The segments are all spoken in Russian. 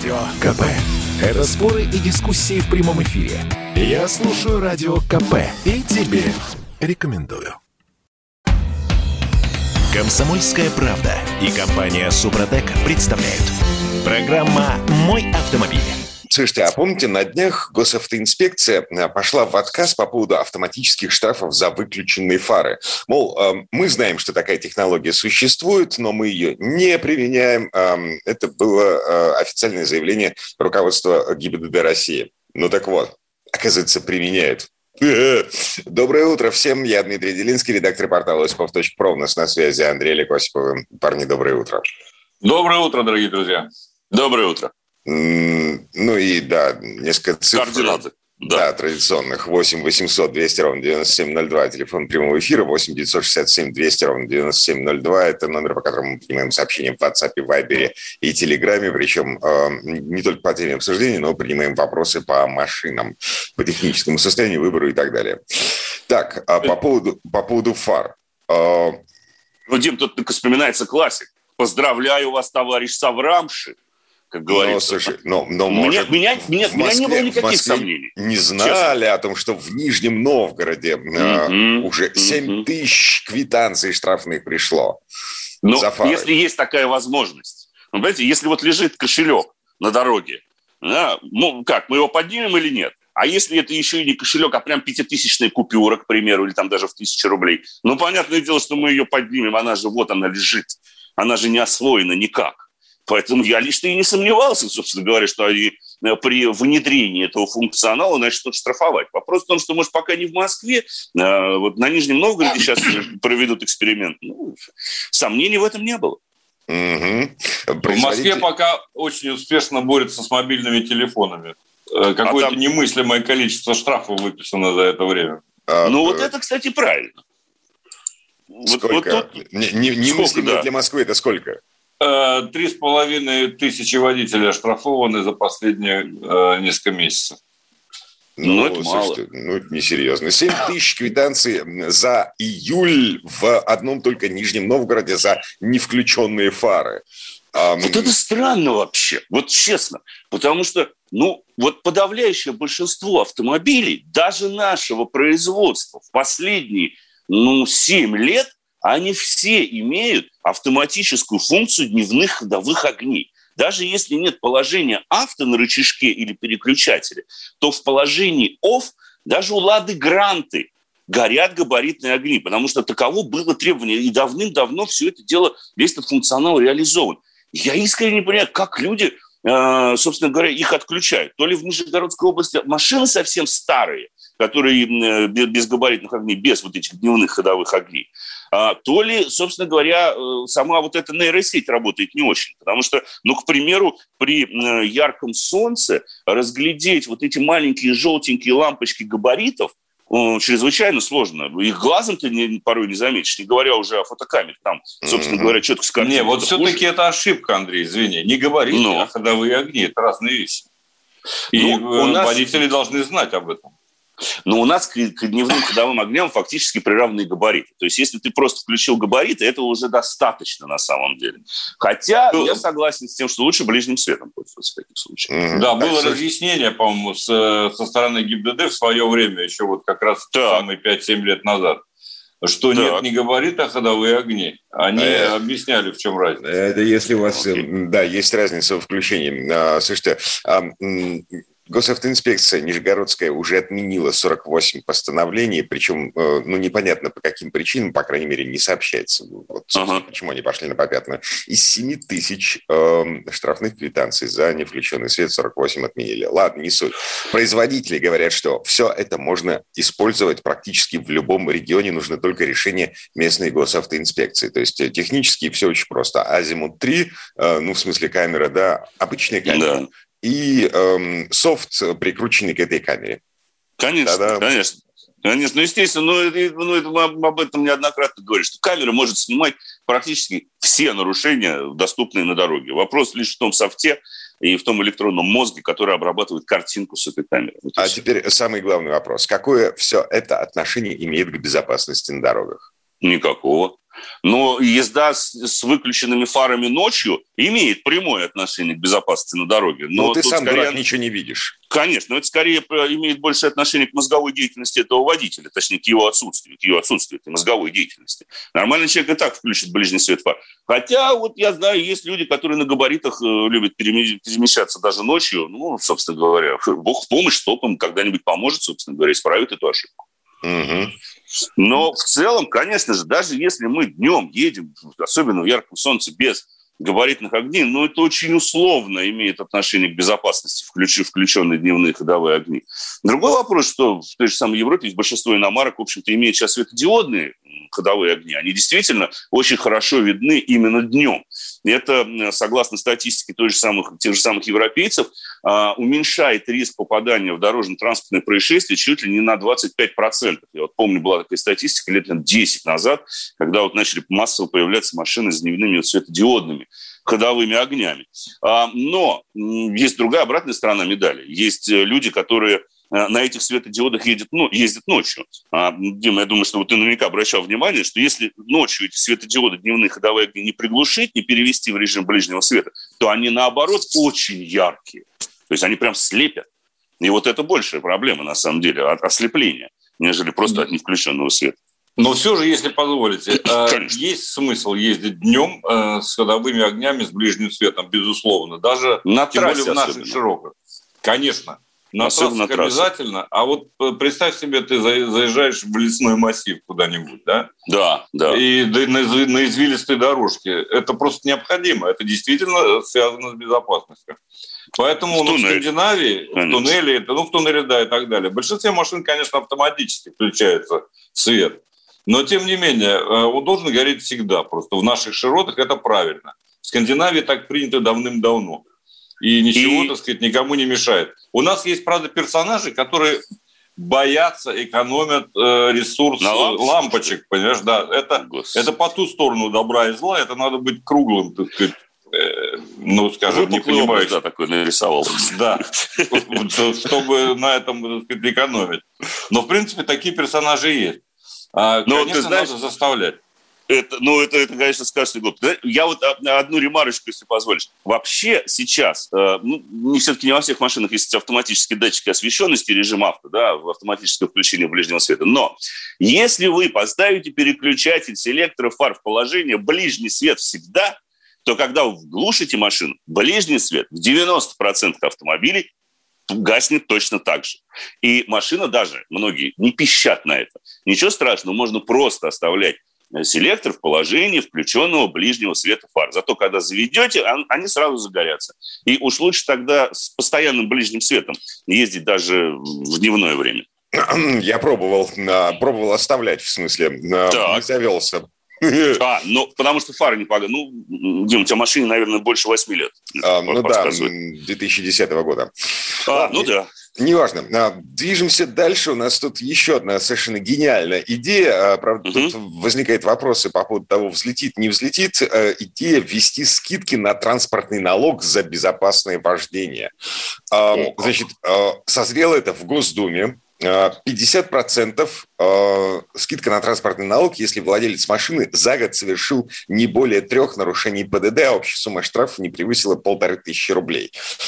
Радио КП. Это споры и дискуссии в прямом эфире. Я слушаю Радио КП и тебе рекомендую. Комсомольская правда и компания Супротек представляют. Программа «Мой автомобиль». Слушайте, а помните, на днях госавтоинспекция пошла в отказ по поводу автоматических штрафов за выключенные фары. Мол, мы знаем, что такая технология существует, но мы ее не применяем. Это было официальное заявление руководства ГИБДД России. Ну так вот, оказывается, применяют. Доброе утро всем. Я Дмитрий Делинский, редактор портала Осипов.про. У нас на связи Андрей Олег Осипов. Парни, доброе утро. Доброе утро, дорогие друзья. Доброе утро. Ну и да, несколько цифр. Координаты. Да, традиционных. 8 800 200 ровно 9702. Телефон прямого эфира 8 967 200 ровно 9702. Это номер, по которому мы принимаем сообщения в WhatsApp, Viber и Телеграме. Причем не только по теме обсуждения, но принимаем вопросы по машинам, по техническому состоянию, выбору и так далее. Так, по поводу фар. Ну, Дим, тут вспоминается классик. Поздравляю вас, товарищ Саврамши. Как говорится. Но может, меня не было никаких сомнений. Не знали о том, что в Нижнем Новгороде уже 7 тысяч квитанций штрафных пришло. Но если есть такая возможность, вы понимаете, если вот лежит кошелек на дороге, да, ну как, мы его поднимем или нет? А если это еще и не кошелек, а прям 5000-я купюра, к примеру, или там даже в 1000 рублей, ну, понятное дело, что мы ее поднимем, она же вот она лежит, она же не освоена никак. Поэтому я лично и не сомневался, собственно говоря, что они при внедрении этого функционала начнут штрафовать. Вопрос в том, что, может, пока не в Москве, вот на Нижнем Новгороде сейчас проведут эксперимент. Ну, сомнений в этом не было. В Москве пока очень успешно борются с мобильными телефонами. Какое-то немыслимое количество штрафов выписано за это время. Ну, вот это, кстати, правильно. Сколько? Немыслимое для Москвы это сколько? 3500 водителей оштрафованы за последние несколько месяцев. Ну, это мало. Ну, это несерьезно. 7 тысяч квитанций за июль в одном только Нижнем Новгороде за невключенные фары. Вот это странно вообще, вот честно. Потому что, ну, вот подавляющее большинство автомобилей, даже нашего производства, в последние, 7 лет, они все имеют автоматическую функцию дневных ходовых огней. Даже если нет положения авто на рычажке или переключателе, то в положении off даже у Лады Гранты горят габаритные огни, потому что таково было требование. И давным-давно все это дело, весь этот функционал реализован. Я искренне не понимаю, как люди, собственно говоря, их отключают. То ли в Нижегородской области машины совсем старые, которые без габаритных огней, без вот этих дневных ходовых огней, то ли, собственно говоря, сама вот эта нейросеть работает не очень. Потому что, к примеру, при ярком солнце разглядеть вот эти маленькие желтенькие лампочки габаритов чрезвычайно сложно. Их глазом ты порой не заметишь, не говоря уже о фотокамере. Там, собственно говоря, четко с картинкой. Не, вот все-таки это ошибка, Андрей, извини. Не габариты, а ходовые огни. Это разные вещи. И водители должны знать об этом. Но у нас к дневным ходовым огням фактически приравненные габариты. То есть, если ты просто включил габариты, этого уже достаточно на самом деле. Хотя я согласен с тем, что лучше ближним светом пользоваться в таких случаях. Да, было разъяснение, по-моему, со стороны ГИБДД в свое время, еще вот как раз самые 5-7 лет назад, что нет не габарита, а ходовые огни. Они объясняли, в чем разница. Это если у вас, есть разница в включении. Слушайте, госавтоинспекция Нижегородская уже отменила 48 постановлений, причем, непонятно по каким причинам, по крайней мере, не сообщается. Вот, почему они пошли на попятную. Из 7 тысяч штрафных квитанций за невключенный свет 48 отменили. Ладно, не суть. Производители говорят, что все это можно использовать практически в любом регионе, нужно только решение местной госавтоинспекции. То есть технически все очень просто. Азимут 3, в смысле камера, да, обычная камера. Да. И софт, прикрученный к этой камере. Конечно, конечно. Конечно, естественно, мы об этом неоднократно говорили, что камера может снимать практически все нарушения, доступные на дороге. Вопрос лишь в том софте и в том электронном мозге, который обрабатывает картинку с этой камеры. Вот теперь самый главный вопрос. Какое все это отношение имеет к безопасности на дорогах? Никакого. Но езда с выключенными фарами ночью имеет прямое отношение к безопасности на дороге. Но ты сам, дурак, ничего не видишь. Конечно, но это скорее имеет большее отношение к мозговой деятельности этого водителя, точнее, к ее отсутствию этой мозговой деятельности. Нормальный человек и так включит ближний свет фар. Хотя, вот я знаю, есть люди, которые на габаритах любят перемещаться даже ночью. Ну, собственно говоря, Бог в помощь, стопом когда-нибудь поможет, собственно говоря, исправит эту ошибку. Угу. Но в целом, конечно же, даже если мы днем едем, особенно в ярком солнце, без габаритных огней, но это очень условно имеет отношение к безопасности, включенные дневные ходовые огни. Другой вопрос, что в той же самой Европе большинство иномарок, в общем-то, имеют сейчас светодиодные ходовые огни. Они действительно очень хорошо видны именно днем. И это, согласно статистике тех же самых европейцев, уменьшает риск попадания в дорожно-транспортные происшествия чуть ли не на 25%. Я вот помню, была такая статистика лет 10 назад, когда вот начали массово появляться машины с дневными светодиодными ходовыми огнями. Но есть другая, обратная сторона медали. Есть люди, которые на этих светодиодах ездят ночью. Дима, я думаю, что вот ты наверняка обращал внимание, что если ночью эти светодиоды, дневные ходовые огни не приглушить, не перевести в режим ближнего света, то они, наоборот, очень яркие. То есть они прям слепят. И вот это большая проблема, на самом деле, от ослепления, нежели просто от невключенного света. Но все же, если позволите, есть смысл ездить днем с ходовыми огнями, с ближним светом, безусловно, даже на тем более в наших особенно. Широких. Конечно. На трассах обязательно. А вот представь себе, ты заезжаешь в лесной массив куда-нибудь, да? Да. И на извилистой дорожке. Это просто необходимо. Это действительно связано с безопасностью. Поэтому в Скандинавии, в туннеле, да, и так далее. В большинстве машин, конечно, автоматически включается свет. Но, тем не менее, он должен гореть всегда. Просто в наших широтах это правильно. В Скандинавии так принято давным-давно. И ничего, так сказать, никому не мешает. У нас есть, правда, персонажи, которые боятся, экономят ресурс лампочек, понимаешь? Да, это по ту сторону добра и зла, это надо быть круглым, так сказать, скажем, не понимаешь. Да, такой нарисовал. Да, чтобы на этом, так сказать, экономить. Но, в принципе, такие персонажи есть. Конечно, надо заставлять. Это, конечно, скажешь, глупо. Я вот одну ремарочку, если позволишь. Вообще сейчас, все-таки не во всех машинах есть автоматические датчики освещенности, режим авто, да, в автоматическое включение ближнего света. Но если вы поставите переключатель селектора фар в положение ближний свет всегда, то когда вы глушите машину, ближний свет в 90% автомобилей гаснет точно так же. И машина даже, многие, не пищат на это. Ничего страшного, можно просто оставлять селектор в положении включенного ближнего света фар. Зато, когда заведете, они сразу загорятся. И уж лучше тогда с постоянным ближним светом ездить даже в дневное время. Я пробовал оставлять, в смысле, не завелся. Потому что фары не погасли. Дим, у тебя машине, наверное, больше 8 лет. 2010 года. Да. Неважно. Движемся дальше. У нас тут еще одна совершенно гениальная идея. Правда, тут возникают вопросы по поводу того, взлетит, не взлетит. Идея ввести скидки на транспортный налог за безопасное вождение. Значит, созрело это в Госдуме. 50% скидка на транспортный налог, если владелец машины за год совершил не более 3 нарушений ПДД, а общая сумма штрафа не превысила 1500 рублей.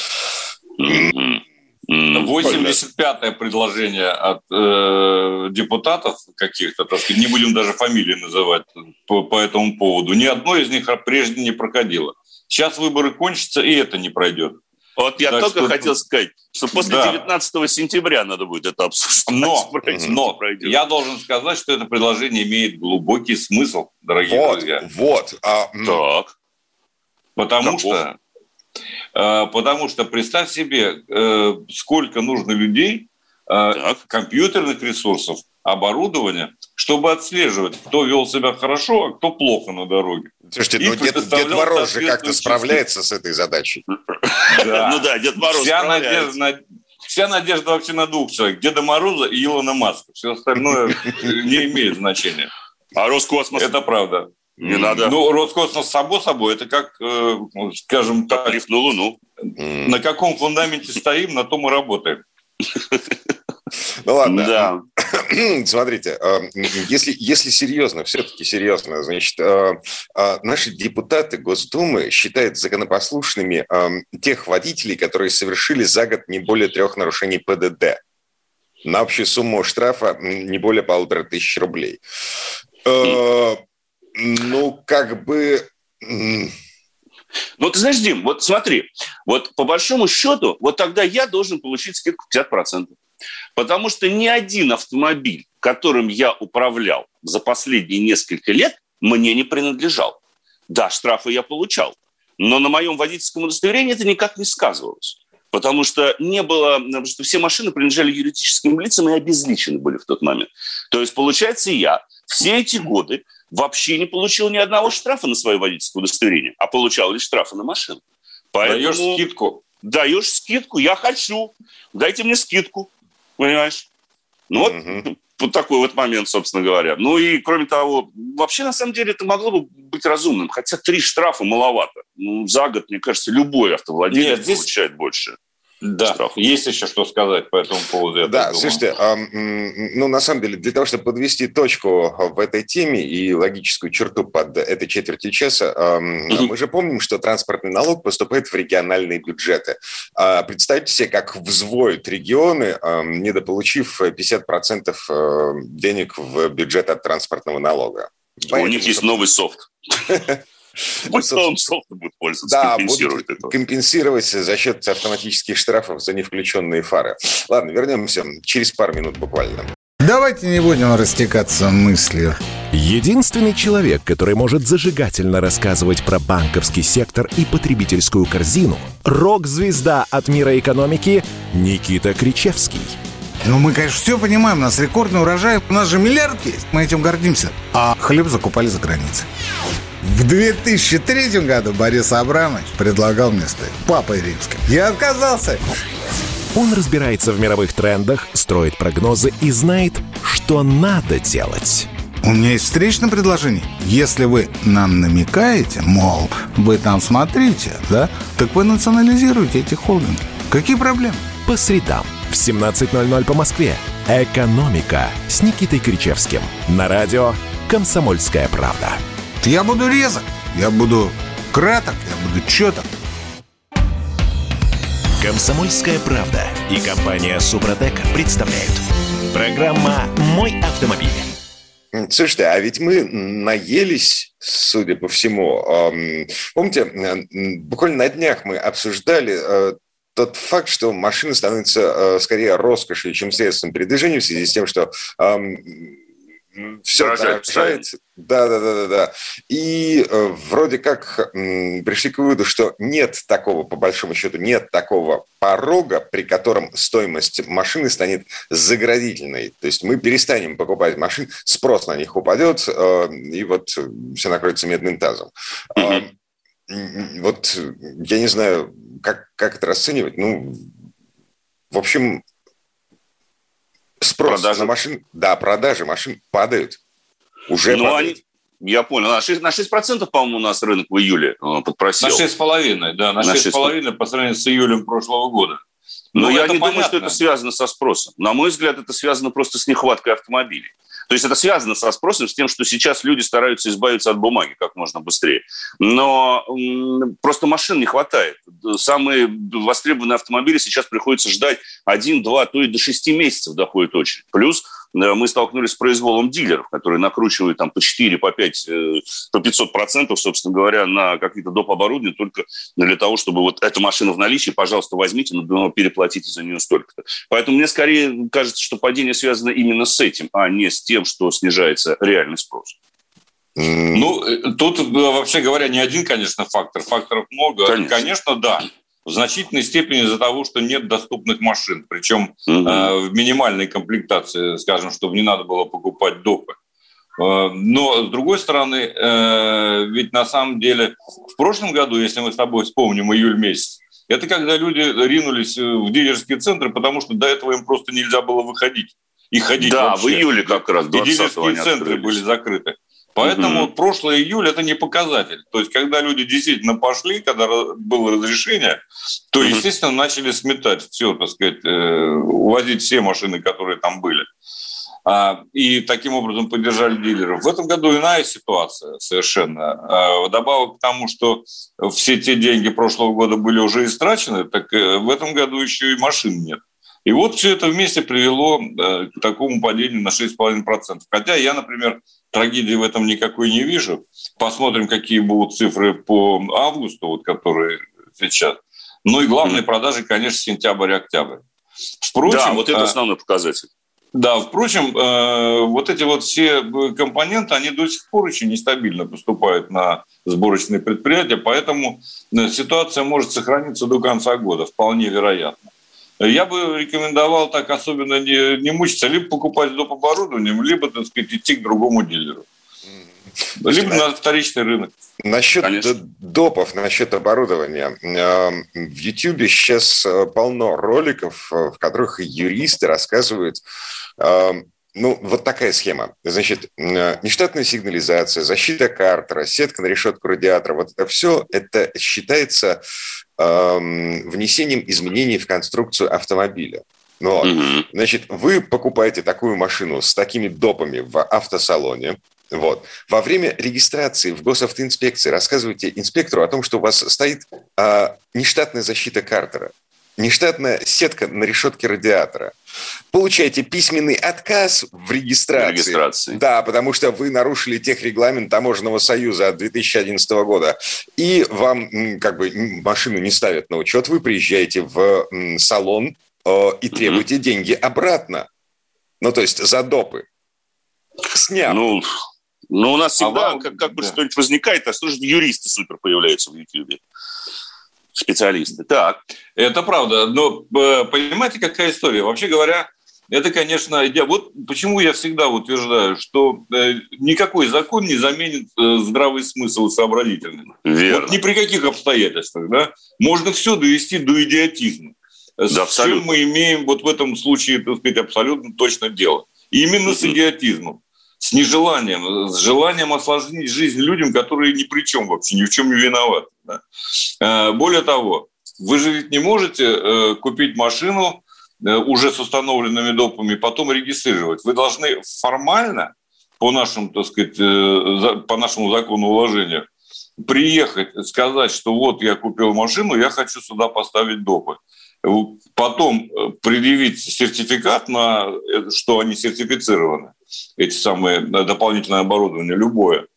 85-е предложение от депутатов каких-то, так сказать, не будем даже фамилии называть по этому поводу. Ни одно из них прежде не проходило. Сейчас выборы кончатся, и это не пройдет. Вот я только хотел сказать, что после 19 сентября надо будет это обсуждать. Но я должен сказать, что это предложение имеет глубокий смысл, дорогие друзья. Так. Потому что представь себе, сколько нужно людей, компьютерных ресурсов, оборудования, чтобы отслеживать, кто вел себя хорошо, а кто плохо на дороге. Слушайте, Дед Мороз же как-то справляется с этой задачей. Дед Мороз справляется. Вся надежда вообще на 2 человек. Деда Мороза и Илона Маска. Все остальное не имеет значения. А Роскосмос? Это правда. Не надо. Роскосмос само собой, это как, скажем так, лифт на Луну. На каком фундаменте стоим, на том и работаем. Ну ладно. Да. смотрите, если серьезно, все-таки серьезно, значит, наши депутаты Госдумы считают законопослушными тех водителей, которые совершили за год не более 3 нарушений ПДД на общую сумму штрафа не более 1500 рублей. Ну, как бы... Ну, ты знаешь, Дим, вот смотри, вот по большому счету, вот тогда я должен получить скидку 50%. Потому что ни один автомобиль, которым я управлял за последние несколько лет, мне не принадлежал. Да, штрафы я получал, но на моем водительском удостоверении это никак не сказывалось. Потому что не было, потому что все машины принадлежали юридическим лицам и обезличены были в тот момент. То есть, получается, я все эти годы вообще не получил ни одного штрафа на свое водительское удостоверение, а получал лишь штрафы на машину. Поэтому... Даешь скидку? Даешь скидку, я хочу. Дайте мне скидку, понимаешь? Ну вот такой вот момент, собственно говоря. Ну и, кроме того, вообще, на самом деле, это могло бы быть разумным. Хотя 3 штрафа маловато. Ну, за год, мне кажется, любой автовладелец получает больше. Да, штрафов. Есть еще что сказать по этому поводу. Да, слушайте, ну, на самом деле, для того, чтобы подвести точку в этой теме и логическую черту под этой четвертью часа, мы же помним, что транспортный налог поступает в региональные бюджеты. Представьте себе, как взвоют регионы, недополучив 50% денег в бюджет от транспортного налога. У них есть новый софт. Пусть новым софтом будет пользоваться, да, будут компенсировать за счет автоматических штрафов за невключенные фары. Ладно, вернемся через пару минут буквально. Давайте не будем растекаться мыслью. Единственный человек, который может зажигательно рассказывать про банковский сектор и потребительскую корзину, рок-звезда от мира экономики Никита Кричевский. Ну, мы, конечно, все понимаем, у нас рекордный урожай, у нас же миллиард есть, мы этим гордимся. А хлеб закупали за границей. В 2003 году Борис Абрамович предлагал мне стать папой римским. Я отказался. Он разбирается в мировых трендах, строит прогнозы и знает, что надо делать. У меня есть встречное предложение. Если вы нам намекаете, мол, вы там смотрите, да, так вы национализируете эти холдинги. Какие проблемы? По средам в 17:00 по Москве. «Экономика» с Никитой Кричевским. На радио «Комсомольская правда». Я буду резок, я буду краток, я буду чёток. «Комсомольская правда» и компания «Супротек» представляют. Программа «Мой автомобиль». Слушайте, а ведь мы наелись, судя по всему. Помните, буквально на днях мы обсуждали тот факт, что машина становится скорее роскошью, чем средством передвижения, в связи с тем, что все дорожает. Да. И вроде как пришли к выводу, что нет такого, по большому счету, нет такого порога, при котором стоимость машины станет заградительной. То есть мы перестанем покупать машины, спрос на них упадет, и вот все накроется медным тазом. Вот я не знаю, как это расценивать. Ну, в общем, спрос на машины, да, продажи машин падают. Уже падают. Я понял. На 6%, по-моему, у нас рынок в июле подпросил. На 6,5%, да. На 6,5% по сравнению с июлем прошлого года. Но я не думаю, что это связано со спросом. На мой взгляд, это связано просто с нехваткой автомобилей. То есть это связано со спросом, с тем, что сейчас люди стараются избавиться от бумаги как можно быстрее. Но просто машин не хватает. Самые востребованные автомобили сейчас приходится ждать 1, 2, то и до 6 месяцев доходит очередь. Плюс мы столкнулись с произволом дилеров, которые накручивают там по 4, по 5, по 500%, собственно говоря, на какие-то доп. Оборудования только для того, чтобы вот эта машина в наличии, пожалуйста, возьмите, но переплатите за нее столько-то. Поэтому мне скорее кажется, что падение связано именно с этим, а не с тем, что снижается реальный спрос. Ну, тут, вообще говоря, не один, конечно, фактор. Факторов много. Конечно, да. В значительной степени из-за того, что нет доступных машин. Причем в минимальной комплектации, скажем, чтобы не надо было покупать допы. Но, с другой стороны, ведь на самом деле в прошлом году, если мы с тобой вспомним июль месяц, это когда люди ринулись в дилерские центры, потому что до этого им просто нельзя было выходить и ходить вообще. В июле как раз 20-го. И дилерские центры были закрыты. Поэтому прошлый июль – это не показатель. То есть, когда люди действительно пошли, когда было разрешение, то, естественно, начали сметать все, так сказать, увозить все машины, которые там были. и таким образом поддержали дилеров. В этом году иная ситуация совершенно. Вдобавок к тому, что все те деньги прошлого года были уже истрачены, так в этом году еще и машин нет. И вот все это вместе привело к такому падению на 6,5%. Хотя я, например, трагедии в этом никакой не вижу. Посмотрим, какие будут цифры по августу, вот, которые сейчас. Ну и главные продажи, конечно, сентябрь-октябрь. Впрочем, да, вот это основной показатель. Да, впрочем, вот эти вот все компоненты, они до сих пор еще нестабильно поступают на сборочные предприятия, поэтому ситуация может сохраниться до конца года, вполне вероятно. Я бы рекомендовал так особенно не мучиться, либо покупать доп. Оборудование, либо, так сказать, идти к другому дилеру. Либо на вторичный рынок. Насчет допов, насчет оборудования. В Ютьюбе сейчас полно роликов, в которых юристы рассказывают. Вот такая схема. Значит, нештатная сигнализация, защита картера, сетка на решетку радиатора. Вот это все, это считается внесением изменений в конструкцию автомобиля. Вот. Значит, вы покупаете такую машину с такими допами в автосалоне. Вот. Во время регистрации в госавтоинспекции рассказывайте инспектору о том, что у вас стоит нештатная защита картера, нештатная сетка на решетке радиатора. Получаете письменный отказ в регистрации. Да, потому что вы нарушили техрегламент Таможенного союза от 2011 года. И вам машину не ставят на учет. Вы приезжаете в салон и требуете деньги обратно. То есть за допы. Сняв. У нас всегда что-нибудь возникает, а что же юристы супер появляются в Ютьюбе? Специалисты. Так. Это правда. Но понимаете, какая история? Вообще говоря, это, конечно, идея. Вот почему я всегда утверждаю, что никакой закон не заменит здравый смысл и сообразительность. Верно. Вот ни при каких обстоятельствах. Да? Можно все довести до идиотизма. Да, с чем мы имеем вот в этом случае, так сказать, абсолютно точно дело. Именно с идиотизмом. С нежеланием, с желанием осложнить жизнь людям, которые ни при чем вообще, ни в чем не виноваты. Да? Более того, вы же ведь не можете купить машину уже с установленными допами, потом регистрировать. Вы должны формально, по нашему, так сказать, по нашему закону уложения, приехать, сказать, что вот я купил машину, я хочу сюда поставить допы. Потом предъявить сертификат, на что они сертифицированы, эти самые дополнительное оборудование, любое.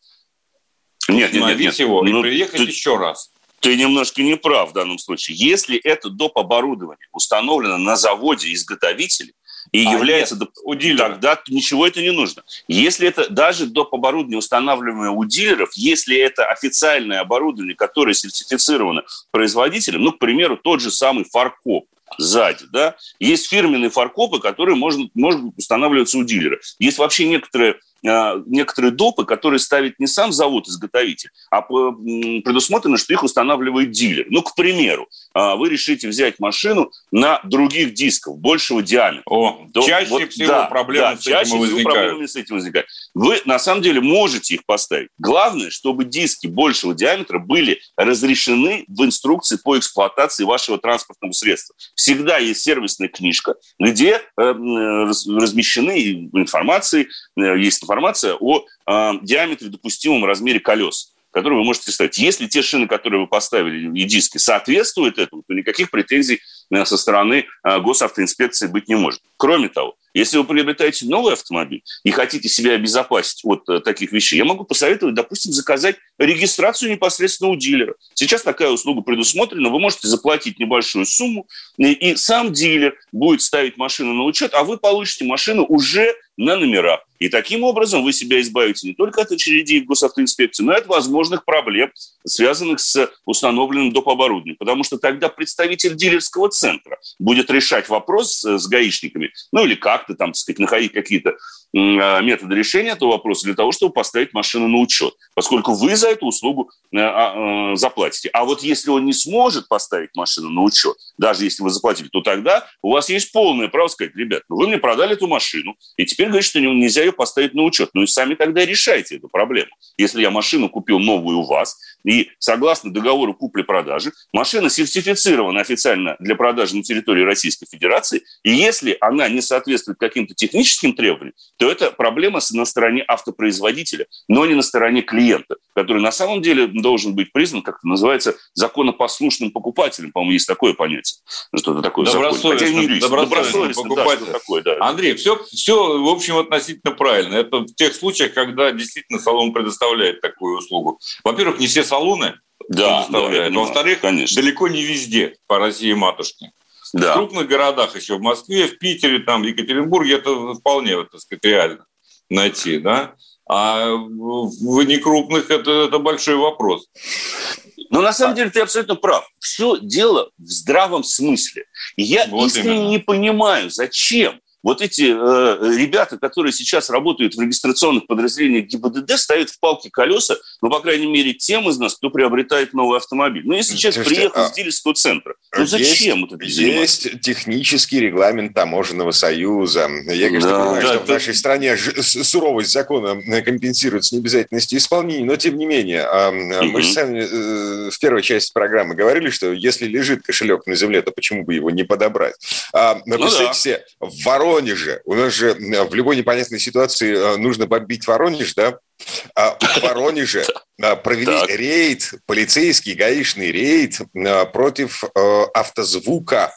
Нет. Его и приехать еще раз. Ты немножко не прав в данном случае. Если это доп. Оборудование установлено на заводе-изготовителе и является... Тогда ничего это не нужно. Если это даже доп. Оборудование, устанавливаемое у дилеров, если это официальное оборудование, которое сертифицировано производителем, к примеру, тот же самый фаркоп сзади, да, есть фирменные фаркопы, которые может устанавливаться у дилера. Есть вообще некоторые допы, которые ставит не сам завод-изготовитель, а предусмотрено, что их устанавливает дилер. К примеру, вы решите взять машину на других дисках большего диаметра. Чаще всего проблемы с этим возникают. Вы, на самом деле, можете их поставить. Главное, чтобы диски большего диаметра были разрешены в инструкции по эксплуатации вашего транспортного средства. Всегда есть сервисная книжка, где размещены есть информация о диаметре, допустимом размере колес, которые вы можете ставить. Если те шины, которые вы поставили, и диски соответствуют этому, то никаких претензий со стороны госавтоинспекции быть не может. Кроме того, если вы приобретаете новый автомобиль и хотите себя обезопасить от таких вещей, я могу посоветовать, допустим, заказать регистрацию непосредственно у дилера. Сейчас такая услуга предусмотрена, вы можете заплатить небольшую сумму, и сам дилер будет ставить машину на учет, а вы получите машину уже на номерах. И таким образом вы себя избавите не только от очередей в госавтоинспекции, но и от возможных проблем, связанных с установленным доп. Оборудованием. Потому что тогда представитель дилерского центра будет решать вопрос с гаишниками, или как-то там, так сказать, находить какие-то методы решения этого вопроса для того, чтобы поставить машину на учет, поскольку вы за эту услугу заплатите. А вот если он не сможет поставить машину на учет, даже если вы заплатили, то тогда у вас есть полное право сказать: ребят, вы мне продали эту машину, и теперь говорите, что нельзя ее поставить на учет. И сами тогда решайте эту проблему. Если я машину купил новую у вас, и согласно договору купли-продажи машина сертифицирована официально для продажи на территории Российской Федерации, и если она не соответствует каким-то техническим требованиям, то это проблема на стороне автопроизводителя, но не на стороне клиента, который на самом деле должен быть признан, как это называется, законопослушным покупателем. По-моему, есть такое понятие. Что-то такое. Добросовестным покупателем. Да, такое, да. Андрей, все, в общем, относительно правильно. Это в тех случаях, когда действительно салон предоставляет такую услугу. Во-первых, не все салоны предоставляют. Во-вторых, далеко не везде по России-матушке. Да. В крупных городах, еще в Москве, в Питере, там, в Екатеринбурге, это вполне, так сказать, реально найти, да? А в некрупных это большой вопрос. Но на самом деле ты абсолютно прав. Все дело в здравом смысле. И я искренне не понимаю, зачем вот эти ребята, которые сейчас работают в регистрационных подразделениях ГИБДД, ставят в палки колеса, ну, по крайней мере, тем из нас, кто приобретает новый автомобиль. Ну, если человек приехал с дилерского центра, ну, зачем это заниматься? Есть технический регламент Таможенного союза. Я, конечно, понимаю, что в нашей стране суровость закона компенсируется необязательностью исполнения, но, тем не менее, мы же сами в первой части программы говорили, что если лежит кошелек на земле, то почему бы его не подобрать? Представьте себе, в Воронеже. У нас же в любой непонятной ситуации нужно бомбить Воронеж, да? В Воронеже провели рейд, полицейский гаишный рейд против автозвука.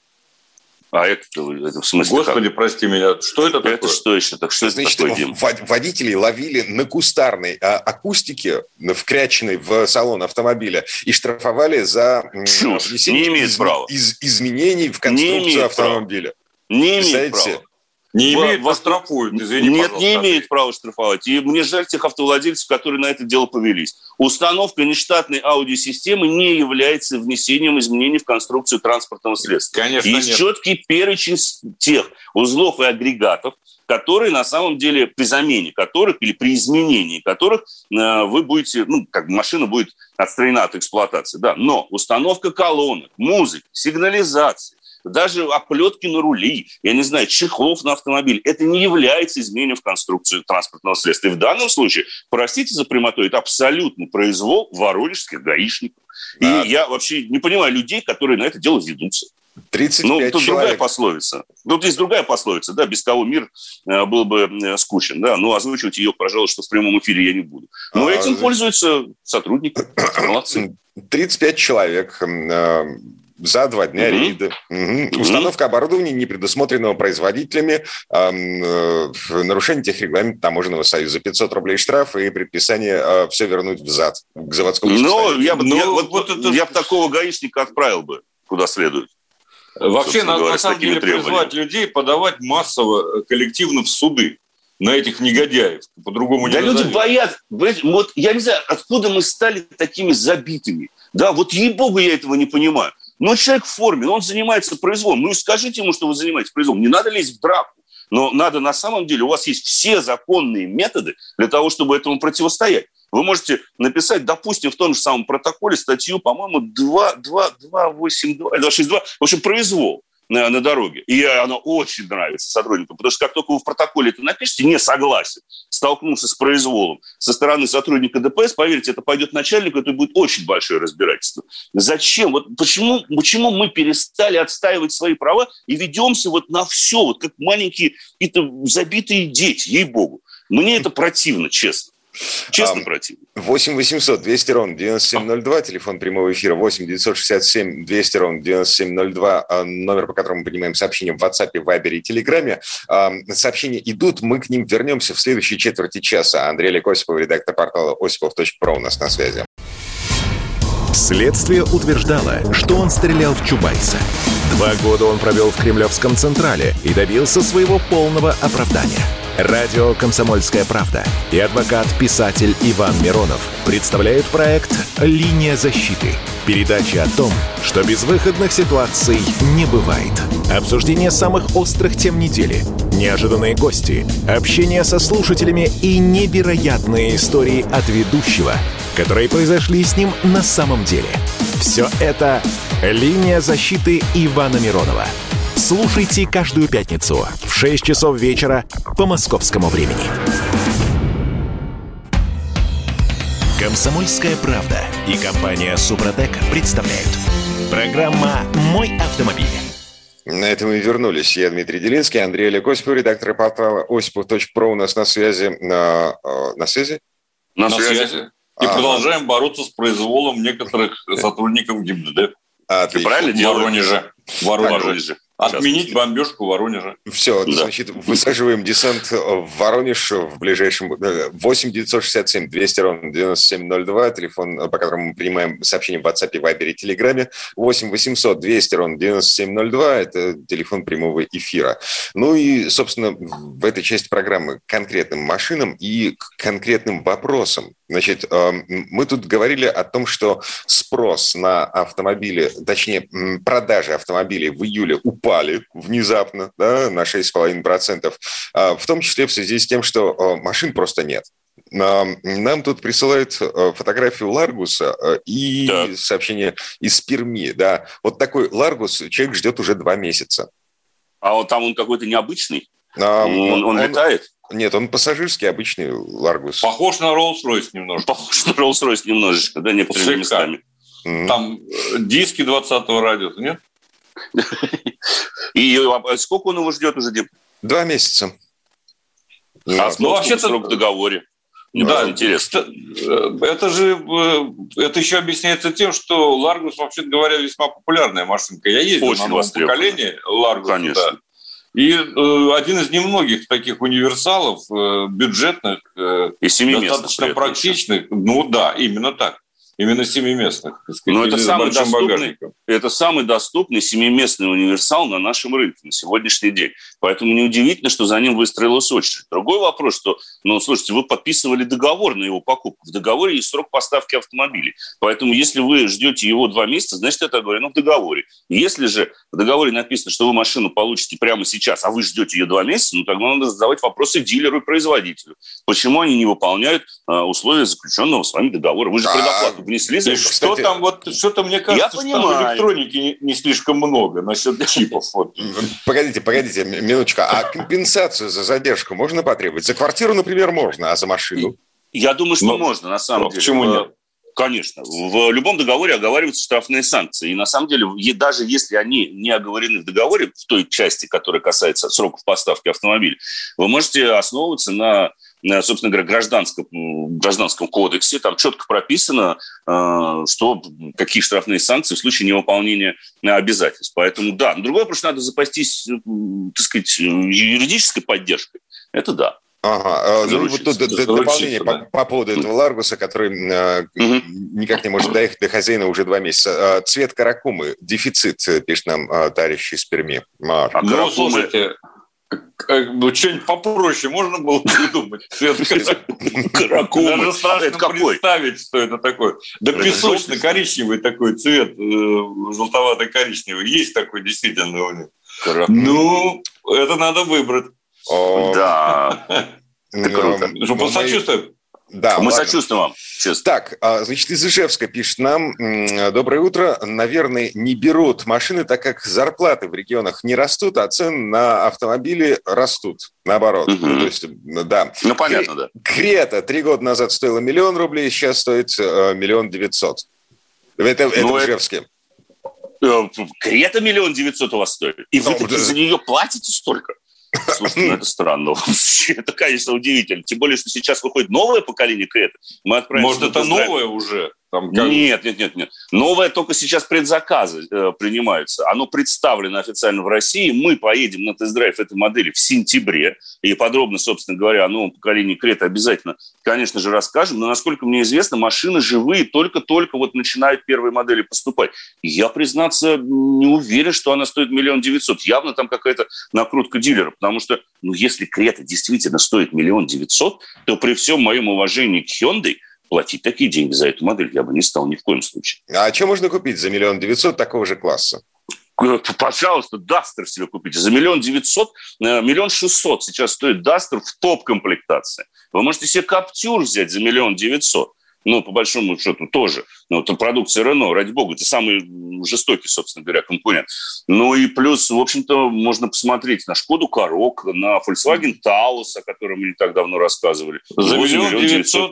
А это в смысле? Господи, прости меня, что это такое? Это что еще? Что это такое, Дим? Водителей ловили на кустарной акустике, вкряченной в салон автомобиля, и штрафовали за внесение изменений в конструкцию автомобиля. Не имеет права. Не имеет, штрафуют, извини, Нет, не имеет права штрафовать. И мне жаль тех автовладельцев, которые на это дело повелись. Установка нештатной аудиосистемы не является внесением изменений в конструкцию транспортного средства. Конечно, есть четкий перечень тех узлов и агрегатов, которые на самом деле при замене которых или при изменении которых вы будете, машина будет отстранена от эксплуатации. Да. Но установка колонок, музыки, сигнализации, даже оплетки на рули, я не знаю, чехлов на автомобиль, это не является изменением в конструкцию транспортного средства. И в данном случае, простите за прямоту, это абсолютный произвол воронежских гаишников. И я вообще не понимаю людей, которые на это дело ведутся. 35 тут другая пословица. Тут есть другая пословица, да, без кого мир был бы скучен, да, но озвучивать ее, пожалуй, что в прямом эфире я не буду. Но этим пользуются сотрудники. Молодцы. 35 человек за 2 дня рейда. Установка оборудования, не предусмотренного производителями, нарушение техрегламента Таможенного союза. 500 рублей штраф и предписание все вернуть взад к заводскому состоянию. Я бы такого гаишника отправил бы куда следует. Вообще, на самом деле, призвать людей подавать массово, коллективно в суды на этих негодяев. По-другому не назовешь. Люди боятся. Вот я не знаю, откуда мы стали такими забитыми. Да, вот ей-богу, я этого не понимаю. Но человек в форме, он занимается произволом. Ну и скажите ему, что вы занимаетесь произволом. Не надо лезть в драку. Но надо на самом деле, у вас есть все законные методы для того, чтобы этому противостоять. Вы можете написать, допустим, в том же самом протоколе статью, по-моему, 262, в общем, произвол на дороге. И она очень нравится сотрудникам, потому что как только вы в протоколе это напишете, не согласен, столкнулся с произволом со стороны сотрудника ДПС, поверьте, это пойдет начальнику, это будет очень большое разбирательство. Зачем? Вот почему мы перестали отстаивать свои права и ведемся вот на все, вот как маленькие какие-то забитые дети, ей-богу. Мне это противно, честно. Честно, противно. 8 800 200 ровно 9702, телефон прямого эфира 8 967 200 ровно 9702, номер, по которому мы принимаем сообщения в WhatsApp, Viber и Telegram. Сообщения идут, мы к ним вернемся в следующей четверти часа. Андрей Олег Осипов, редактор портала osipov.pro у нас на связи. Следствие утверждало, что он стрелял в Чубайса. 2 года он провел в Кремлевском Централе и добился своего полного оправдания. Радио «Комсомольская правда» и адвокат-писатель Иван Миронов представляют проект «Линия защиты». Передача о том, что безвыходных ситуаций не бывает. Обсуждение самых острых тем недели, неожиданные гости, общение со слушателями и невероятные истории от ведущего, которые произошли с ним на самом деле. Все это «Линия защиты» Ивана Миронова. Слушайте каждую пятницу в 6 часов вечера по московскому времени. Комсомольская правда и компания «Супротек» представляют. Программа «Мой автомобиль». На этом мы вернулись. Я Дмитрий Делинский, Андрей Олег Осипов, редактор портала осипов.про у нас на связи. На связи? На связи. И продолжаем бороться с произволом некоторых сотрудников ГИБДД. Отлично. Правильно делаем? В Воронеже. Отменить бомбежку в Воронеже. Все, да. Значит, высаживаем десант в Воронеж в ближайшем... 8-967-200-97-02, телефон, по которому мы принимаем сообщения в WhatsApp, Viber и Telegram. 8-800-200-97-02, это телефон прямого эфира. Ну и, собственно, в этой части программы к конкретным машинам и к конкретным вопросам. Значит, мы тут говорили о том, что спрос на автомобили, точнее, продажи автомобилей в июле упали внезапно, да, на 6,5%, в том числе в связи с тем, что машин просто нет. Нам тут присылают фотографию Ларгуса и сообщение из Перми. Да. Вот такой Ларгус человек ждет уже 2 месяца. А он там какой-то необычный? Он летает? Нет, он пассажирский, обычный Ларгус. Похож на Rolls-Royce немножко. Да, некоторыми местами. Там диски 20-го радиуса, нет? И сколько он его ждет уже, Дим? 2 месяца. Вообще-то срок в договоре. Мне просто интересно. Это еще объясняется тем, что Ларгус, вообще говоря, весьма популярная машинка. Я ездил на новом поколении Ларгуса. Конечно. Да. И один из немногих таких универсалов, бюджетных, и достаточно практичных. Ну да, именно так. Именно 7-местных. Но это самый доступный 7-местный универсал на нашем рынке на сегодняшний день. Поэтому неудивительно, что за ним выстроилась очередь. Другой вопрос, что, слушайте, вы подписывали договор на его покупку. В договоре есть срок поставки автомобилей. Поэтому если вы ждете его 2 месяца, значит, это оговорено в договоре. Если же в договоре написано, что вы машину получите прямо сейчас, а вы ждете ее 2 месяца, тогда надо задавать вопросы дилеру и производителю. Почему они не выполняют условия заключенного с вами договора? Вы же предоплату внесли за это. Что там, что-то мне кажется, что там электроники не слишком много насчет чипов. Погодите, минуточку. А компенсацию за задержку можно потребовать? За квартиру, например, можно, а за машину? Я думаю, что можно, на самом деле. Почему нет? Конечно. В любом договоре оговариваются штрафные санкции. И на самом деле, даже если они не оговорены в договоре, в той части, которая касается сроков поставки автомобиля, вы можете основываться на собственно говоря, гражданском кодексе. Там четко прописано, что какие штрафные санкции в случае невыполнения обязательств. Поэтому да. Но другой вопрос, что надо запастись, так сказать, юридической поддержкой. Это да. Ага, вот тут дополнение по поводу этого Ларгуса, который никак не может доехать до хозяина уже 2 месяца. Цвет каракумы, дефицит, пишет нам товарищ из Перми. Слушайте, что-нибудь попроще можно было придумать? Цвет каракумы. Даже страшно представить, что это такое. Да песочно-коричневый такой цвет, желтовато-коричневый. Есть такой действительно у них. Ну, это надо выбрать. Да. Это круто. Чтобы посочувствовать. Да, мы сочувствуем вам, честно. Так, значит, из Ижевска пишет нам: доброе утро. Наверное, не берут машины, так как зарплаты в регионах не растут, а цены на автомобили растут. Наоборот. То есть, да. Ну, понятно, да. Крета 3 года назад стоила 1 000 000 рублей, сейчас стоит 1 900 000. Это в Ижевске. Крета 1 900 000 у вас стоит? И вы за нее платите столько? Слушайте, это странно вообще. Это, конечно, удивительно. Тем более, что сейчас выходит новое поколение Крета. Может, это новое уже? Нет. Новое только сейчас предзаказы принимаются. Оно представлено официально в России. Мы поедем на тест-драйв этой модели в сентябре. И подробно, собственно говоря, о новом поколении Крета обязательно, конечно же, расскажем. Но, насколько мне известно, машины живые только-только вот начинают первые модели поступать. Я, признаться, не уверен, что она стоит 1 900 000. Явно там какая-то накрутка дилера. Потому что, если Крета действительно стоит 1 900 000, то при всем моем уважении к Hyundai платить такие деньги за эту модель я бы не стал ни в коем случае. А что можно купить за 1 900 000 такого же класса? Пожалуйста, Дастер себе купите. За 1 900 000, 1 600 000 сейчас стоит Дастер в топ-комплектации. Вы можете себе Каптюр взять за 1 900 000. По большому счету, тоже. Это продукция Рено, ради бога. Это самый жестокий, собственно говоря, конкурент. И плюс, в общем-то, можно посмотреть на Шкоду Корок, на Volkswagen Taos, о котором мы не так давно рассказывали. За 1 900 000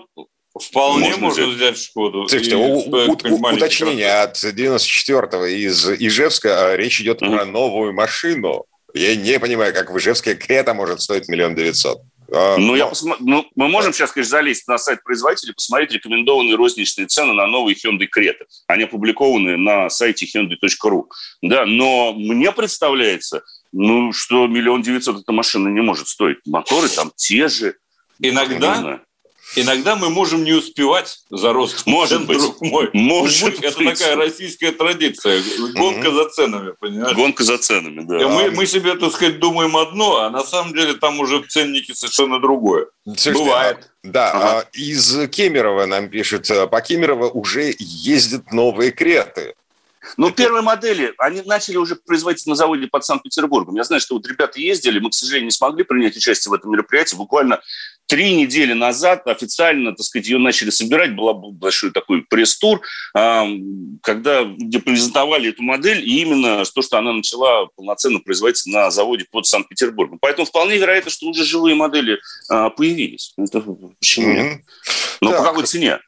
Вполне можно взять «Шкоду». Слушайте, уточнение от 94-го из Ижевска. Речь идет про новую машину. Я не понимаю, как в Ижевске Крета может стоить 1 900 000. Мы можем сейчас, конечно, залезть на сайт производителя, посмотреть рекомендованные розничные цены на новые Hyundai Creta. Они опубликованы на сайте hyundai.ru. Да, но мне представляется, что 1 900 000 эта машина не может стоить. Моторы там те же. Иногда мы можем не успевать за ростом. Может быть. Друг мой. Это такая российская традиция. Гонка за ценами, понимаешь? Гонка за ценами, да. Мы себе, так сказать, думаем одно, а на самом деле там уже в ценнике совершенно другое. Слушайте, бывает. Да, из Кемерово нам пишут, по Кемерово уже ездят новые Креты. Первые модели, они начали уже производиться на заводе под Санкт-Петербургом. Я знаю, что ребята ездили, мы, к сожалению, не смогли принять участие в этом мероприятии. Буквально 3 недели назад официально, так сказать, ее начали собирать. Был большой такой пресс-тур, где презентовали эту модель, и именно то, что она начала полноценно производиться на заводе под Санкт-Петербургом. Поэтому вполне вероятно, что уже живые модели появились. Это почему нет? Но по какой цене?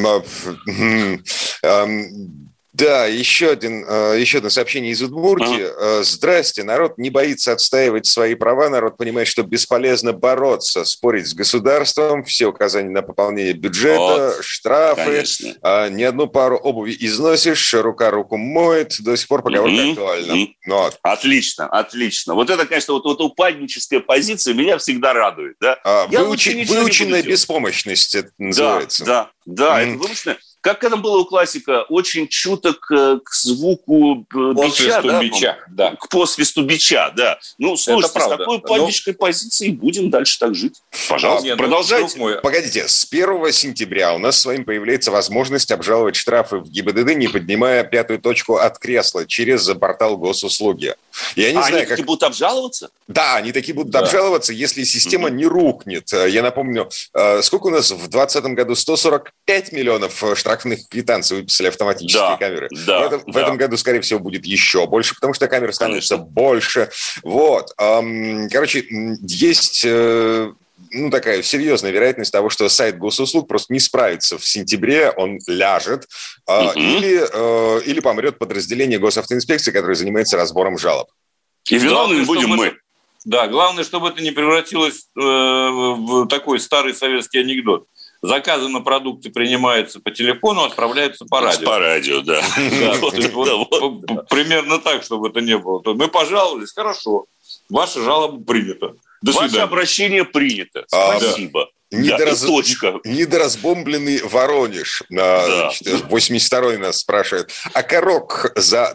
Да, еще одно сообщение из Удмуртии. Здрасте, народ не боится отстаивать свои права, народ понимает, что бесполезно бороться, спорить с государством, все указания на пополнение бюджета, штрафы, ни одну пару обуви износишь, рука руку моет, до сих пор поговорка актуальна. Отлично. Вот это, конечно, вот упадническая позиция меня всегда радует. Да? Выученная беспомощность это называется. Да, это выученная. Как это было у классика, очень чуток к звуку бича, к посвисту бича, да. Слушайте, с такой упаднической позицией будем дальше так жить. Пожалуйста, продолжайте. Погодите, с 1 сентября у нас с вами появляется возможность обжаловать штрафы в ГИБДД, не поднимая пятую точку от кресла через портал госуслуги. Я не знаю, они такие будут обжаловаться? Да, они такие будут обжаловаться, если система не рухнет. Я напомню, сколько у нас в 2020 году? 145 миллионов штрафных квитанций выписали автоматические камеры. В этом году, скорее всего, будет еще больше, потому что камер становится больше. Короче, есть такая серьезная вероятность того, что сайт госуслуг просто не справится в сентябре, он ляжет, или помрет подразделение госавтоинспекции, которое занимается разбором жалоб. И виновными будем мы. Да, главное, чтобы это не превратилось в такой старый советский анекдот. Заказы на продукты принимаются по телефону, отправляются по радио. По радио, да. Примерно так, чтобы это не было. Мы пожаловались, хорошо, ваша жалоба принята. Ваше обращение принято. Спасибо. Недоразбомбленный Воронеж. 82-й нас спрашивает. А Корок за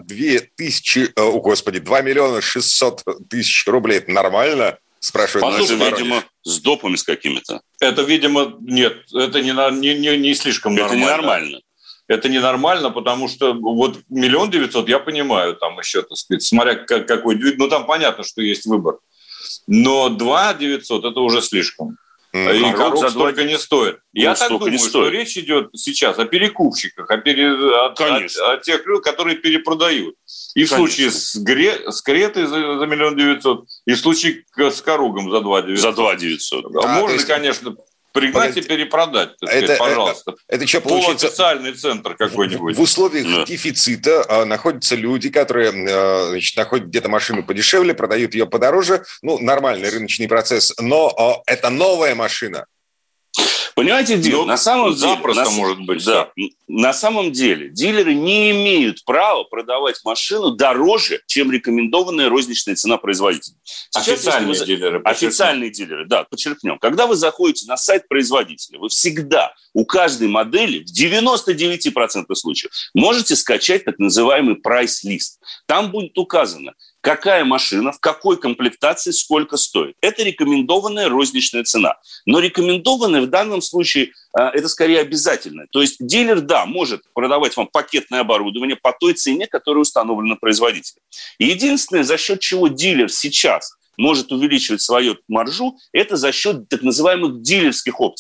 2 миллиона 600 тысяч рублей – это нормально? Спрашивает наш Воронеж. Видимо, с допами с какими-то. Это, видимо, нет. Это не слишком нормально. Это ненормально. Это ненормально, потому что 1 900 000, я понимаю, там еще, так сказать, смотря какой... там понятно, что есть выбор. Но 2 900 это уже слишком. И Корок столько не стоит. Я так думаю, что речь идет сейчас о перекупщиках, о тех людях, которые перепродают. И в случае с Кретой за 1 900 000, и в случае с Корогом за 2 900 000. За 2 900 000. Можно, конечно, пригнать и перепродать, пожалуйста. Это что получается? Полуофициальный центр какой-нибудь. В условиях дефицита находятся люди, которые находят где-то машину подешевле, продают ее подороже. Нормальный рыночный процесс. Но это новая машина. Понимаете, на самом деле дилеры не имеют права продавать машину дороже, чем рекомендованная розничная цена производителя. Официальные дилеры, да, подчеркнем. Когда вы заходите на сайт производителя, вы всегда у каждой модели в 99% случаев можете скачать так называемый прайс-лист. Там будет указано, какая машина, в какой комплектации, сколько стоит. Это рекомендованная розничная цена. Но рекомендованная в данном случае это скорее обязательно. То есть дилер, да, может продавать вам пакетное оборудование по той цене, которая установлена производителем. Единственное, за счет чего дилер сейчас может увеличивать свою маржу, это за счет так называемых дилерских опций.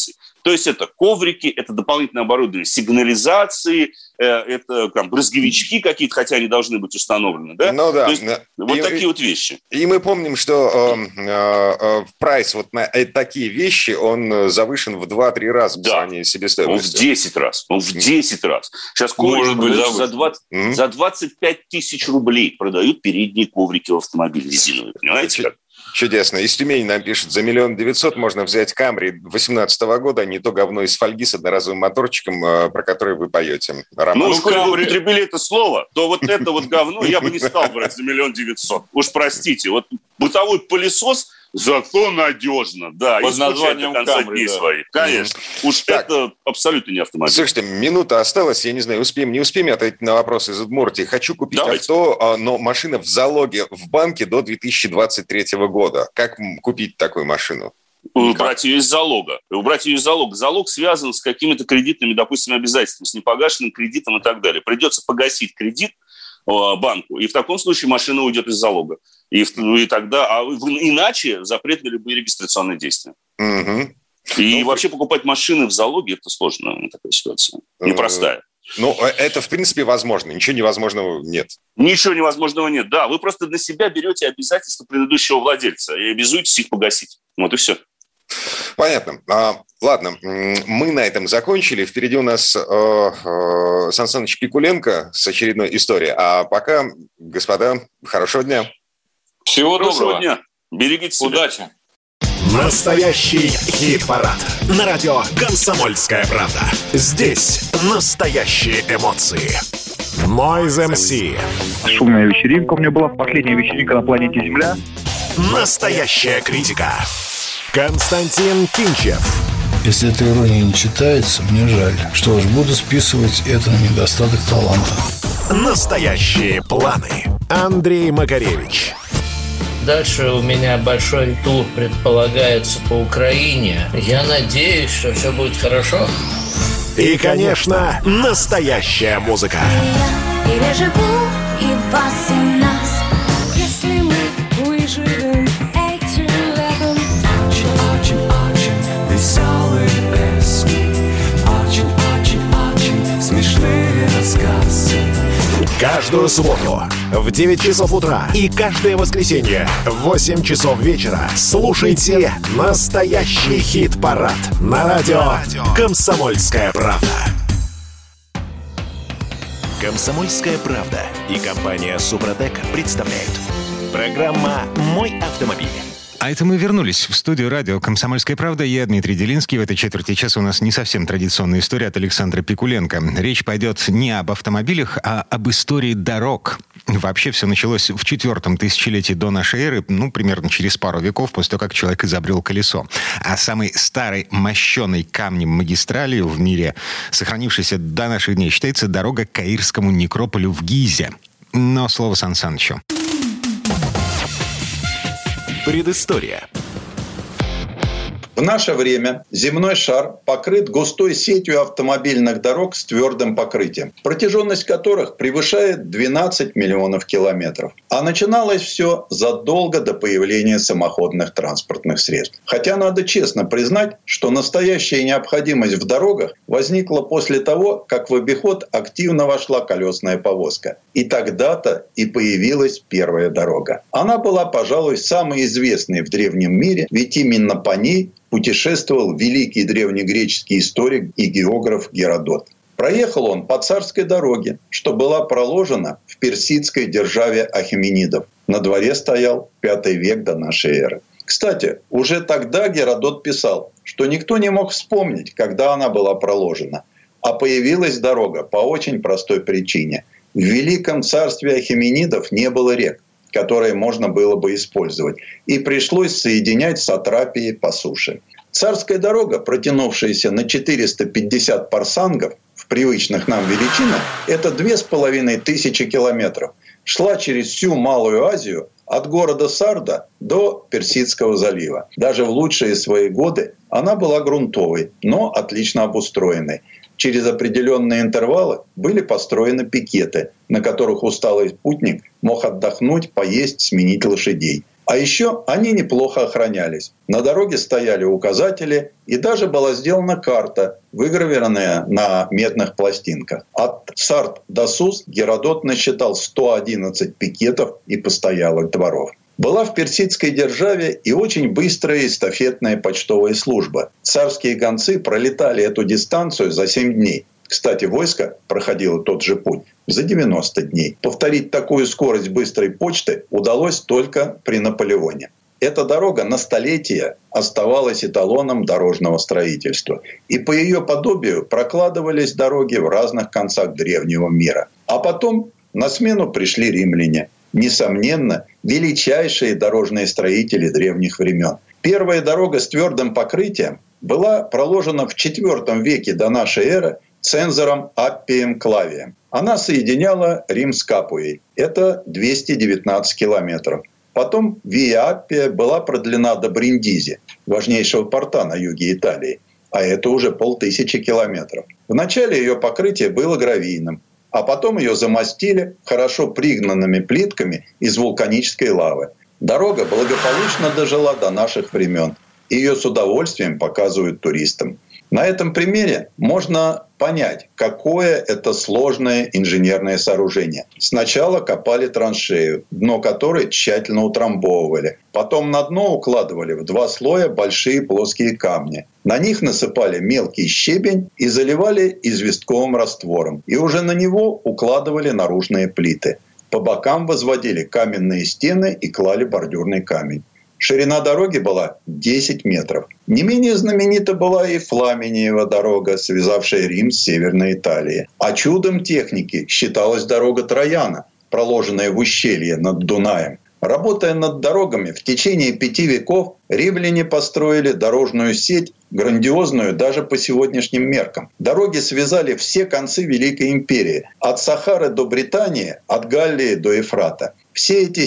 То есть это коврики, это дополнительное оборудование сигнализации, это там брызговички какие-то, хотя они должны быть установлены. Да? Ну да. То есть вот такие вот вещи. И мы помним, что прайс вот на такие вещи, он завышен в 2-3 раза по сравнению с себестоимостью. Он в 10 раз. Он в 10 раз. Сейчас коврики продаются за 25 тысяч рублей. Продают передние коврики в автомобиле резиновые. Понимаете как? Чудесно. Из Тюмени нам пишут, за 1 900 000 можно взять Камри 2018 года, а не то говно из фольги с одноразовым моторчиком, про который вы поете. Ну, если вы употребили это слово, то вот это вот говно я бы не стал брать за 1 900 000. Уж простите. Вот бытовой пылесос зато надежно, да. Под названием до конца дней своих. Конечно. Уж так. Это абсолютно не автомобиль. Слушайте, минута осталась. Я не знаю, успеем, не успеем ответить на вопрос из Удмуртии. Хочу купить авто, но машина в залоге в банке до 2023 года. Как купить такую машину? Убрать ее из залога. Залог связан с какими-то кредитными, допустим, обязательствами, с непогашенным кредитом и так далее. Придется погасить кредит банку, и в таком случае машина уйдет из залога. И тогда, иначе запрет на любые регистрационные действия. Угу. И вообще покупать машины в залоге – это сложно, такая ситуация, непростая. Ну, это, в принципе, возможно. Ничего невозможного нет. Ничего невозможного нет, да. Вы просто на себя берете обязательства предыдущего владельца и обязуетесь их погасить. Вот и все. Понятно. Ладно, мы на этом закончили. Впереди у нас Сан Саныч Пикуленко с очередной историей. А пока, господа, хорошего дня. Всего доброго. Хорошего дня. Берегите себя. Удачи. Настоящий хит-парад. На радио «Комсомольская правда». Здесь настоящие эмоции. Noise MC. Шумная вечеринка у меня была. Последняя вечеринка на планете Земля. Настоящая критика. Константин Кинчев. Если эта ирония не читается, мне жаль. Что ж, буду списывать это на недостаток таланта. Настоящие планы. Андрей Макаревич. Дальше у меня большой тур предполагается по Украине. Я надеюсь, что все будет хорошо. И, конечно, настоящая музыка. Я переживу и вас, и нас, если мы выживем этим летом. Очень-очень веселые песни, очень-очень-очень смешные рассказы. Каждую субботу в 9 часов утра и каждое воскресенье в 8 часов вечера слушайте настоящий хит-парад на радио «Комсомольская правда». «Комсомольская правда» и компания «Супротек» представляют. Программа «Мой автомобиль». А это мы вернулись в студию радио «Комсомольская правда». Я Дмитрий Делинский. В этой четверти часа у нас не совсем традиционная история от Александра Пикуленко. Речь пойдет не об автомобилях, а об истории дорог. Вообще все началось в 4-м тысячелетии до нашей эры, примерно через пару веков после того, как человек изобрел колесо. А самой старой мощеной камнем магистралью в мире, сохранившейся до наших дней, считается дорога к Каирскому некрополю в Гизе. Но слово Сан Санычу. Предыстория. В наше время земной шар покрыт густой сетью автомобильных дорог с твердым покрытием, протяженность которых превышает 12 миллионов километров. А начиналось все задолго до появления самоходных транспортных средств. Хотя надо честно признать, что настоящая необходимость в дорогах возникла после того, как в обиход активно вошла колесная повозка. И тогда-то и появилась первая дорога. Она была, пожалуй, самой известной в древнем мире, ведь именно по ней путешествовал великий древнегреческий историк и географ Геродот. Проехал он по царской дороге, что была проложена в персидской державе Ахеменидов. На дворе стоял V век до нашей эры. Кстати, уже тогда Геродот писал, что никто не мог вспомнить, когда она была проложена. А появилась дорога по очень простой причине. В великом царстве Ахеменидов не было рек, которые можно было бы использовать, и пришлось соединять сатрапии по суше. Царская дорога, протянувшаяся на 450 парсангов, в привычных нам величинах, это 2500 километров, шла через всю Малую Азию от города Сарда до Персидского залива. Даже в лучшие свои годы она была грунтовой, но отлично обустроенной. Через определенные интервалы были построены пикеты, на которых усталый путник мог отдохнуть, поесть, сменить лошадей. А еще они неплохо охранялись. На дороге стояли указатели, и даже была сделана карта, выгравированная на медных пластинках. От Сарт до Сус Геродот насчитал 111 пикетов и постоялых дворов. Была в персидской державе и очень быстрая эстафетная почтовая служба. Царские гонцы пролетали эту дистанцию за 7 дней. Кстати, войско проходило тот же путь за 90 дней. Повторить такую скорость быстрой почты удалось только при Наполеоне. Эта дорога на столетия оставалась эталоном дорожного строительства. И по ее подобию прокладывались дороги в разных концах древнего мира. А потом на смену пришли римляне. Несомненно, величайшие дорожные строители древних времен. Первая дорога с твердым покрытием была проложена в IV веке до нашей эры цензором Аппием Клавием. Она соединяла Рим с Капуей. Это 219 километров. Потом Виа Аппия была продлена до Бриндизи, важнейшего порта на юге Италии. А это уже 5000 километров. Вначале ее покрытие было гравийным, а потом ее замостили хорошо пригнанными плитками из вулканической лавы. Дорога благополучно дожила до наших времен. Ее с удовольствием показывают туристам. На этом примере можно понять, какое это сложное инженерное сооружение. Сначала копали траншею, дно которой тщательно утрамбовывали. Потом на дно укладывали в 2 слоя большие плоские камни. На них насыпали мелкий щебень и заливали известковым раствором. И уже на него укладывали наружные плиты. По бокам возводили каменные стены и клали бордюрный камень. Ширина дороги была 10 метров. Не менее знаменита была и Фламиниева дорога, связавшая Рим с Северной Италией. А чудом техники считалась дорога Трояна, проложенная в ущелье над Дунаем. Работая над дорогами в течение 5 веков, римляне построили дорожную сеть, грандиозную даже по сегодняшним меркам. Дороги связали все концы Великой империи, от Сахары до Британии, от Галлии до Ефрата. Все эти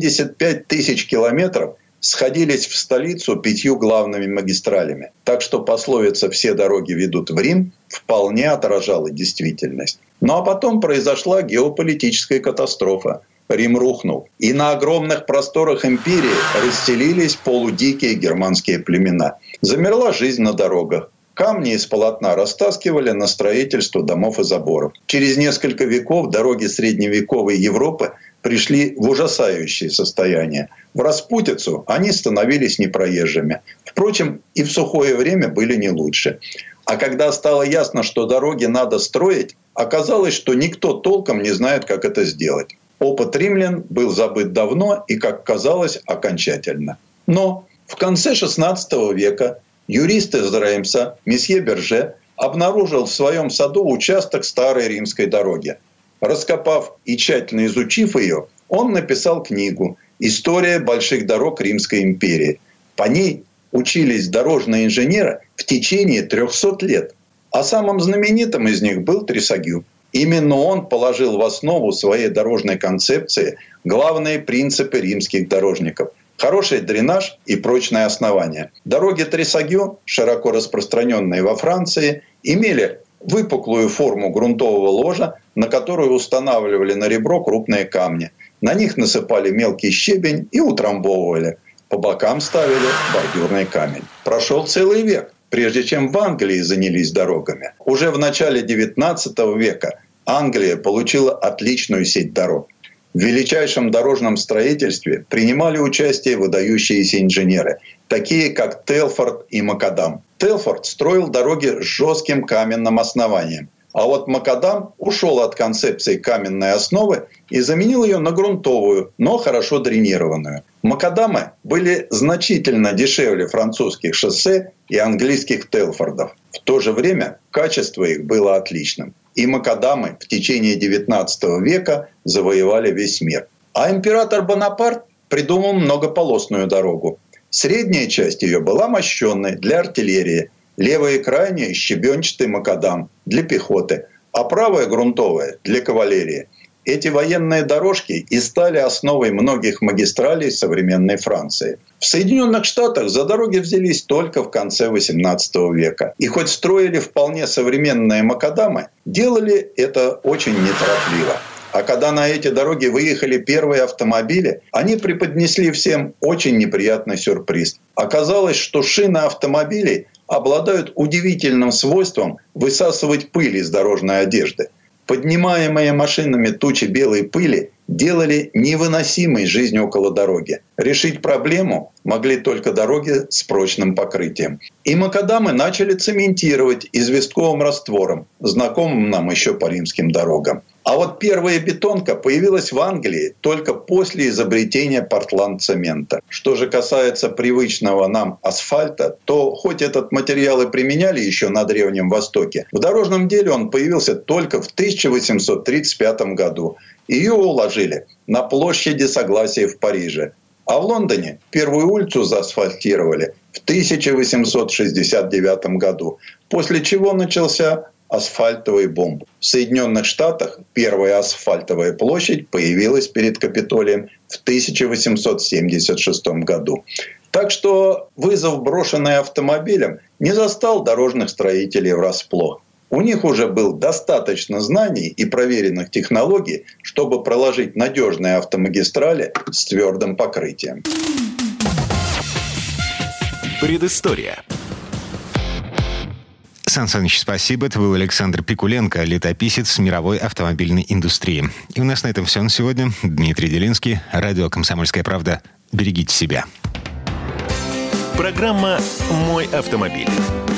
75 тысяч километров сходились в столицу 5 главными магистралями. Так что пословица «все дороги ведут в Рим» вполне отражала действительность. Ну а потом произошла геополитическая катастрофа. Рим рухнул. И на огромных просторах империи расселились полудикие германские племена. Замерла жизнь на дорогах. Камни из полотна растаскивали на строительство домов и заборов. Через несколько веков дороги средневековой Европы пришли в ужасающее состояние. В распутицу они становились непроезжими. Впрочем, и в сухое время были не лучше. А когда стало ясно, что дороги надо строить, оказалось, что никто толком не знает, как это сделать. Опыт римлян был забыт давно и, как казалось, окончательно. Но в конце XVI века юрист из Реймса, месье Берже, обнаружил в своем саду участок старой римской дороги. Раскопав и тщательно изучив ее, он написал книгу «История больших дорог Римской империи». По ней учились дорожные инженеры в течение 300 лет. А самым знаменитым из них был Трисагю. Именно он положил в основу своей дорожной концепции главные принципы римских дорожников – хороший дренаж и прочное основание. Дороги Трисагю, широко распространенные во Франции, имели выпуклую форму грунтового ложа, на которую устанавливали на ребро крупные камни. На них насыпали мелкий щебень и утрамбовывали. По бокам ставили бордюрный камень. Прошел целый век, прежде чем в Англии занялись дорогами. Уже в начале XIX века Англия получила отличную сеть дорог. В величайшем дорожном строительстве принимали участие выдающиеся инженеры, такие как Телфорд и Макадам. Телфорд строил дороги с жестким каменным основанием, а вот Макадам ушел от концепции каменной основы и заменил ее на грунтовую, но хорошо дренированную. Макадамы были значительно дешевле французских шоссе и английских Телфордов. В то же время качество их было отличным. И макадамы в течение XIX века завоевали весь мир. А император Бонапарт придумал многополосную дорогу. Средняя часть ее была мощенной для артиллерии, левая крайняя – щебенчатый макадам для пехоты, а правая – грунтовая для кавалерии. Эти военные дорожки и стали основой многих магистралей современной Франции. В Соединенных Штатах за дороги взялись только в конце XVIII века. И хоть строили вполне современные макадамы, делали это очень неторопливо. А когда на эти дороги выехали первые автомобили, они преподнесли всем очень неприятный сюрприз. Оказалось, что шины автомобилей обладают удивительным свойством высасывать пыль из дорожной одежды. Поднимаемые машинами тучи белой пыли делали невыносимой жизнь около дороги. Решить проблему могли только дороги с прочным покрытием. И макадамы начали цементировать известковым раствором, знакомым нам еще по римским дорогам. А вот первая бетонка появилась в Англии только после изобретения портландцемента. Что же касается привычного нам асфальта, то хоть этот материал и применяли еще на Древнем Востоке, в дорожном деле он появился только в 1835 году. Ее уложили на площади Согласия в Париже. А в Лондоне первую улицу заасфальтировали в 1869 году, после чего начался асфальтовый бум. В Соединенных Штатах первая асфальтовая площадь появилась перед Капитолием в 1876 году. Так что вызов, брошенный автомобилем, не застал дорожных строителей врасплох. У них уже было достаточно знаний и проверенных технологий, чтобы проложить надежные автомагистрали с твердым покрытием. Предыстория. Сан Саныч, спасибо. Это был Александр Пикуленко, летописец мировой автомобильной индустрии. И у нас на этом все на сегодня. Дмитрий Делинский, радио «Комсомольская правда». Берегите себя. Программа «Мой автомобиль».